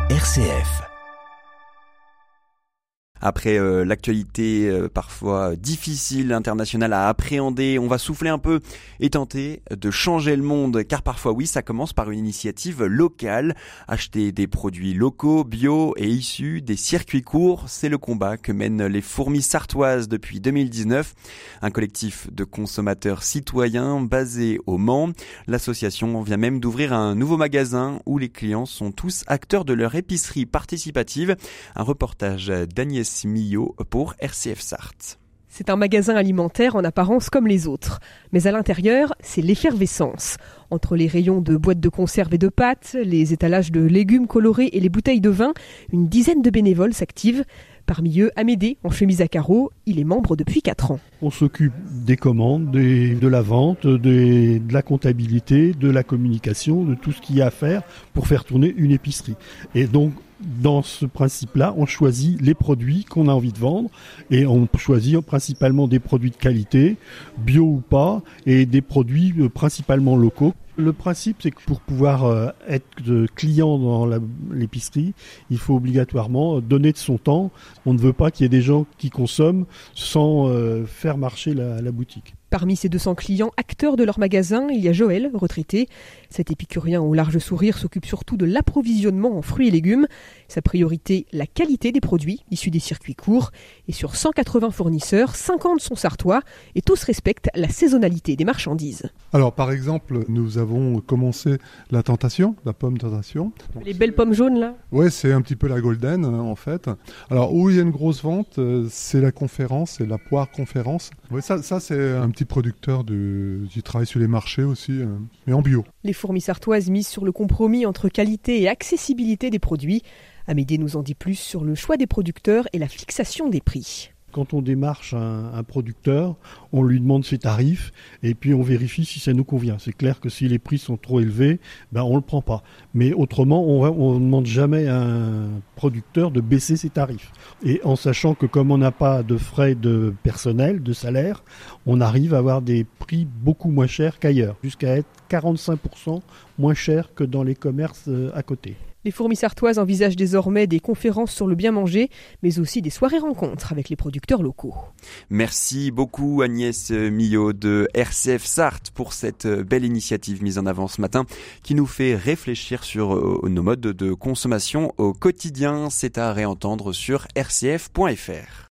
RCF. Après l'actualité parfois difficile, internationale à appréhender, on va souffler un peu et tenter de changer le monde. Car parfois, oui, ça commence par une initiative locale. Acheter des produits locaux, bio et issus des circuits courts, c'est le combat que mènent les Fourmis Sartoises depuis 2019. Un collectif de consommateurs citoyens basé au Mans. L'association vient même d'ouvrir un nouveau magasin où les clients sont tous acteurs de leur épicerie participative. Un reportage d'Agnès Millot pour RCF Sarthe. C'est un magasin alimentaire en apparence comme les autres. Mais à l'intérieur, c'est l'effervescence. Entre les rayons de boîtes de conserve et de pâtes, les étalages de légumes colorés et les bouteilles de vin, une dizaine de bénévoles s'activent. Parmi eux, Amédée, en chemise à carreaux, il est membre depuis 4 ans. On s'occupe des commandes, de la vente, de la comptabilité, de la communication, de tout ce qu'il y a à faire pour faire tourner une épicerie. Et donc, dans ce principe-là, on choisit les produits qu'on a envie de vendre et on choisit principalement des produits de qualité, bio ou pas, et des produits principalement locaux. Le principe, c'est que pour pouvoir être client dans l'épicerie, il faut obligatoirement donner de son temps. On ne veut pas qu'il y ait des gens qui consomment sans faire marcher la boutique. Parmi ces 200 clients acteurs de leur magasin, il y a Joël, retraité. Cet épicurien au large sourire s'occupe surtout de l'approvisionnement en fruits et légumes. Sa priorité, la qualité des produits issus des circuits courts. Et sur 180 fournisseurs, 50 sont sartois et tous respectent la saisonnalité des marchandises. Alors par exemple, nous avons commencé la tentation, la pomme tentation. Les belles pommes jaunes là ? Ouais, c'est un petit peu la golden en fait. Alors où il y a une grosse vente, c'est la conférence, c'est la poire conférence. Ouais, ça c'est un petit producteur qui travaille sur les marchés aussi, mais en bio. Les Fourmis Sartoises misent sur le compromis entre qualité et accessibilité des produits. Amédée nous en dit plus sur le choix des producteurs et la fixation des prix. Quand on démarche un producteur, on lui demande ses tarifs et puis on vérifie si ça nous convient. C'est clair que si les prix sont trop élevés, on ne le prend pas. Mais autrement, on ne demande jamais à un producteur de baisser ses tarifs. Et en sachant que comme on n'a pas de frais de personnel, de salaire, on arrive à avoir des prix beaucoup moins chers qu'ailleurs, jusqu'à être 45% moins chers que dans les commerces à côté. Les Fourmis Sartoises envisagent désormais des conférences sur le bien manger, mais aussi des soirées rencontres avec les producteurs locaux. Merci beaucoup Agnès Millot de RCF Sarthe pour cette belle initiative mise en avant ce matin qui nous fait réfléchir sur nos modes de consommation au quotidien. C'est à réentendre sur rcf.fr.